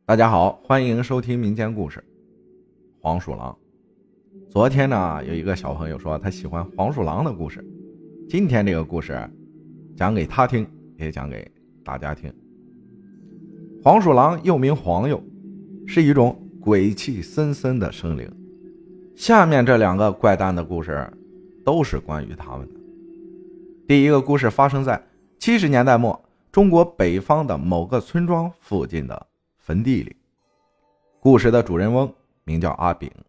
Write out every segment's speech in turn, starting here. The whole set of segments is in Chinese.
大家好，欢迎收听民间故事黄鼠狼。昨天呢，有一个小朋友说他喜欢黄鼠狼的故事，今天这个故事讲给他听，也讲给大家听。黄鼠狼又名黄鼬，是一种鬼气森森的生灵。下面这两个怪诞的故事都是关于他们的。第一个故事发生在70年代末，中国北方的某个村庄附近的坟地里。故事的主人翁名叫阿炳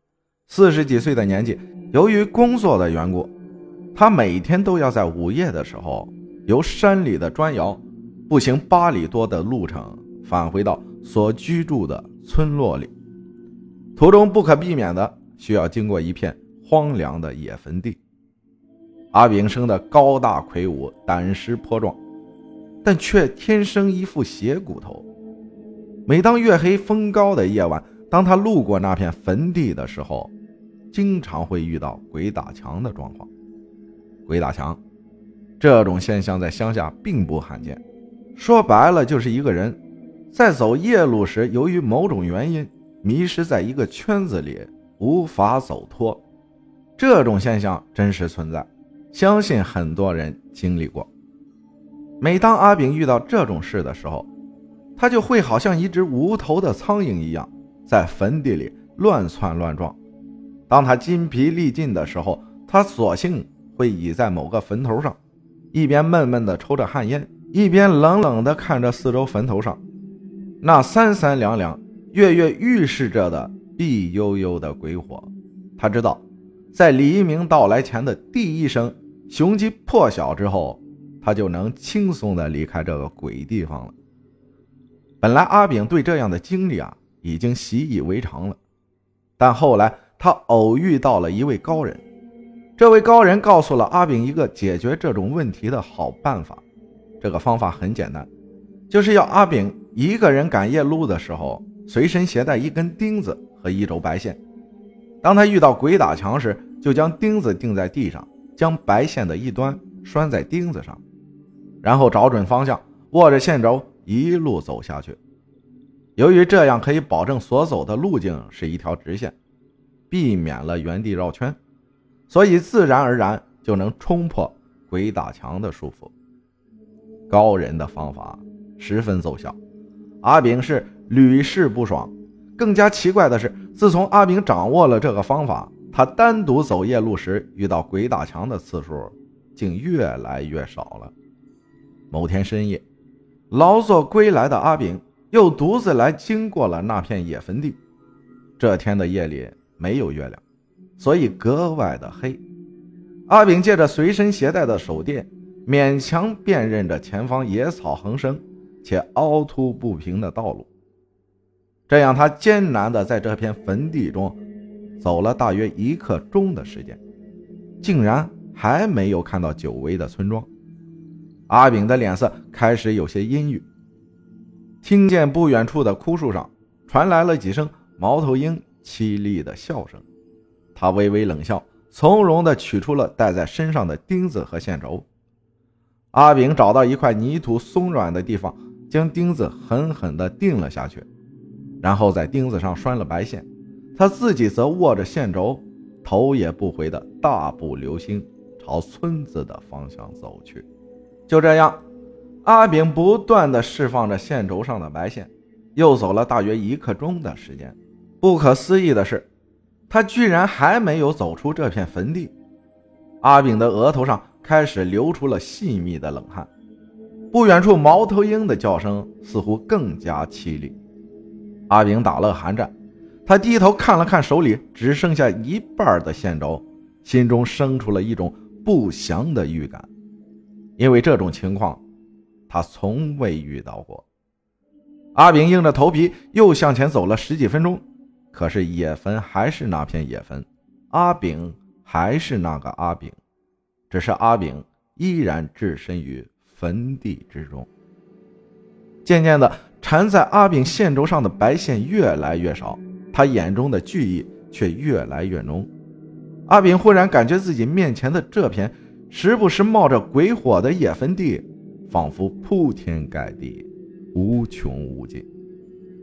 ，40几岁的年纪，由于工作的缘故，他每天都要在午夜的时候由山里的砖窑步行8里多的路程返回到所居住的村落里，途中不可避免的需要经过一片荒凉的野坟地。阿炳生得高大魁梧，胆识颇壮，但却天生一副邪骨头。每当月黑风高的夜晚，当他路过那片坟地的时候，经常会遇到鬼打墙的状况。鬼打墙这种现象在乡下并不罕见，说白了就是一个人在走夜路时，由于某种原因迷失在一个圈子里，无法走脱。这种现象真实存在，相信很多人经历过。每当阿炳遇到这种事的时候，他就会好像一只无头的苍蝇一样，在坟地里乱窜乱撞。当他筋疲力尽的时候，他索性会倚在某个坟头上，一边闷闷地抽着旱烟，一边冷冷地看着四周坟头上那三三两两跃跃欲试着的碧悠悠的鬼火。他知道在黎明到来前的第一声雄鸡破晓之后，他就能轻松地离开这个鬼地方了。本来阿炳对这样的经历已经习以为常了，但后来他偶遇到了一位高人。这位高人告诉了阿炳一个解决这种问题的好办法。这个方法很简单，就是要阿炳一个人赶夜路的时候，随身携带一根钉子和一轴白线。当他遇到鬼打墙时，就将钉子钉在地上，将白线的一端拴在钉子上，然后找准方向，握着线轴一路走下去。由于这样可以保证所走的路径是一条直线，避免了原地绕圈，所以自然而然就能冲破鬼打墙的束缚。高人的方法十分奏效，阿炳是屡试不爽。更加奇怪的是，自从阿炳掌握了这个方法，他单独走夜路时遇到鬼打墙的次数竟越来越少了。某天深夜，劳作归来的阿炳又独自来经过了那片野坟地。这天的夜里没有月亮，所以格外的黑。阿炳借着随身携带的手电，勉强辨认着前方野草横生且凹凸不平的道路。这样他艰难地在这片坟地中走了大约1刻钟的时间，竟然还没有看到久违的村庄。阿炳的脸色开始有些阴郁，听见不远处的枯树上传来了几声猫头鹰凄厉的笑声。他微微冷笑，从容地取出了带在身上的钉子和线轴。阿炳找到一块泥土松软的地方，将钉子狠狠地钉了下去，然后在钉子上拴了白线。他自己则握着线轴，头也不回地大步流星朝村子的方向走去。就这样，阿炳不断地释放着线轴上的白线，又走了大约1刻钟的时间。不可思议的是，他居然还没有走出这片坟地。阿炳的额头上开始流出了细密的冷汗，不远处猫头鹰的叫声似乎更加凄厉。阿炳打了寒战，他低头看了看手里只剩下一半的线轴，心中生出了一种不祥的预感，因为这种情况他从未遇到过。阿炳硬着头皮又向前走了10几分钟，可是野坟还是那片野坟，阿炳还是那个阿炳，只是阿炳依然置身于坟地之中。渐渐的，缠在阿炳线轴上的白线越来越少，他眼中的惧意却越来越浓。阿炳忽然感觉自己面前的这片时不时冒着鬼火的野坟地，仿佛铺天盖地，无穷无尽。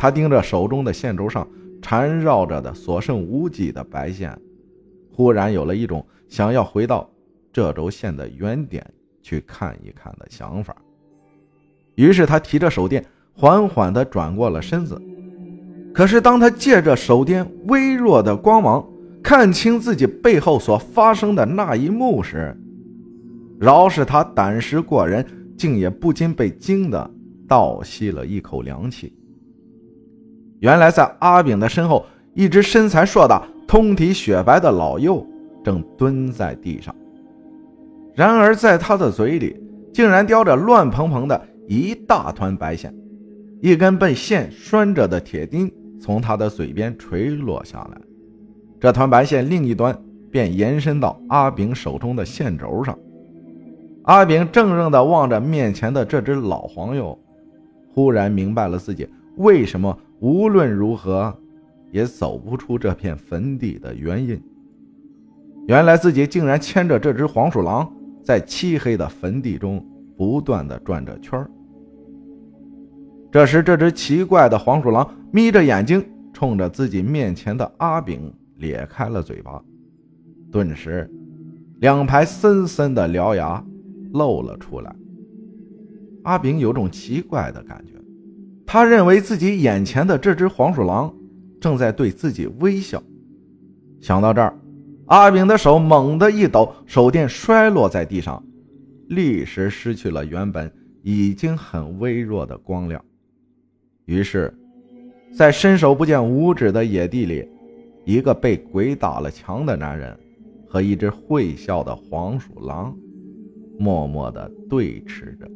他盯着手中的线轴上缠绕着的所剩无几的白线，忽然有了一种想要回到这轴线的原点去看一看的想法。于是他提着手电缓缓地转过了身子。可是当他借着手电微弱的光芒看清自己背后所发生的那一幕时，饶是他胆识过人，竟也不禁被惊得倒吸了一口凉气。原来在阿炳的身后，一只身材硕大通体雪白的老幼正蹲在地上，然而在他的嘴里竟然叼着乱蓬蓬的一大团白线，一根被线拴着的铁钉从他的嘴边垂落下来，这团白线另一端便延伸到阿炳手中的线轴上。阿炳怔怔地望着面前的这只老黄鼬，忽然明白了自己为什么无论如何也走不出这片坟地的原因。原来自己竟然牵着这只黄鼠狼在漆黑的坟地中不断地转着圈。这时这只奇怪的黄鼠狼眯着眼睛冲着自己面前的阿炳咧开了嘴巴，顿时两排森森的獠牙露了出来。阿炳有种奇怪的感觉，他认为自己眼前的这只黄鼠狼正在对自己微笑。想到这儿，阿炳的手猛地一抖，手电摔落在地上，立时失去了原本已经很微弱的光亮。于是在伸手不见五指的野地里，一个被鬼打了墙的男人和一只会笑的黄鼠狼默默地对峙着。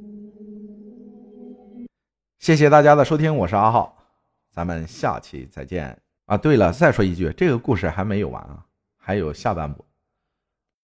谢谢大家的收听，我是阿浩，咱们下期再见啊！对了，再说一句，这个故事还没有完啊，还有下半部。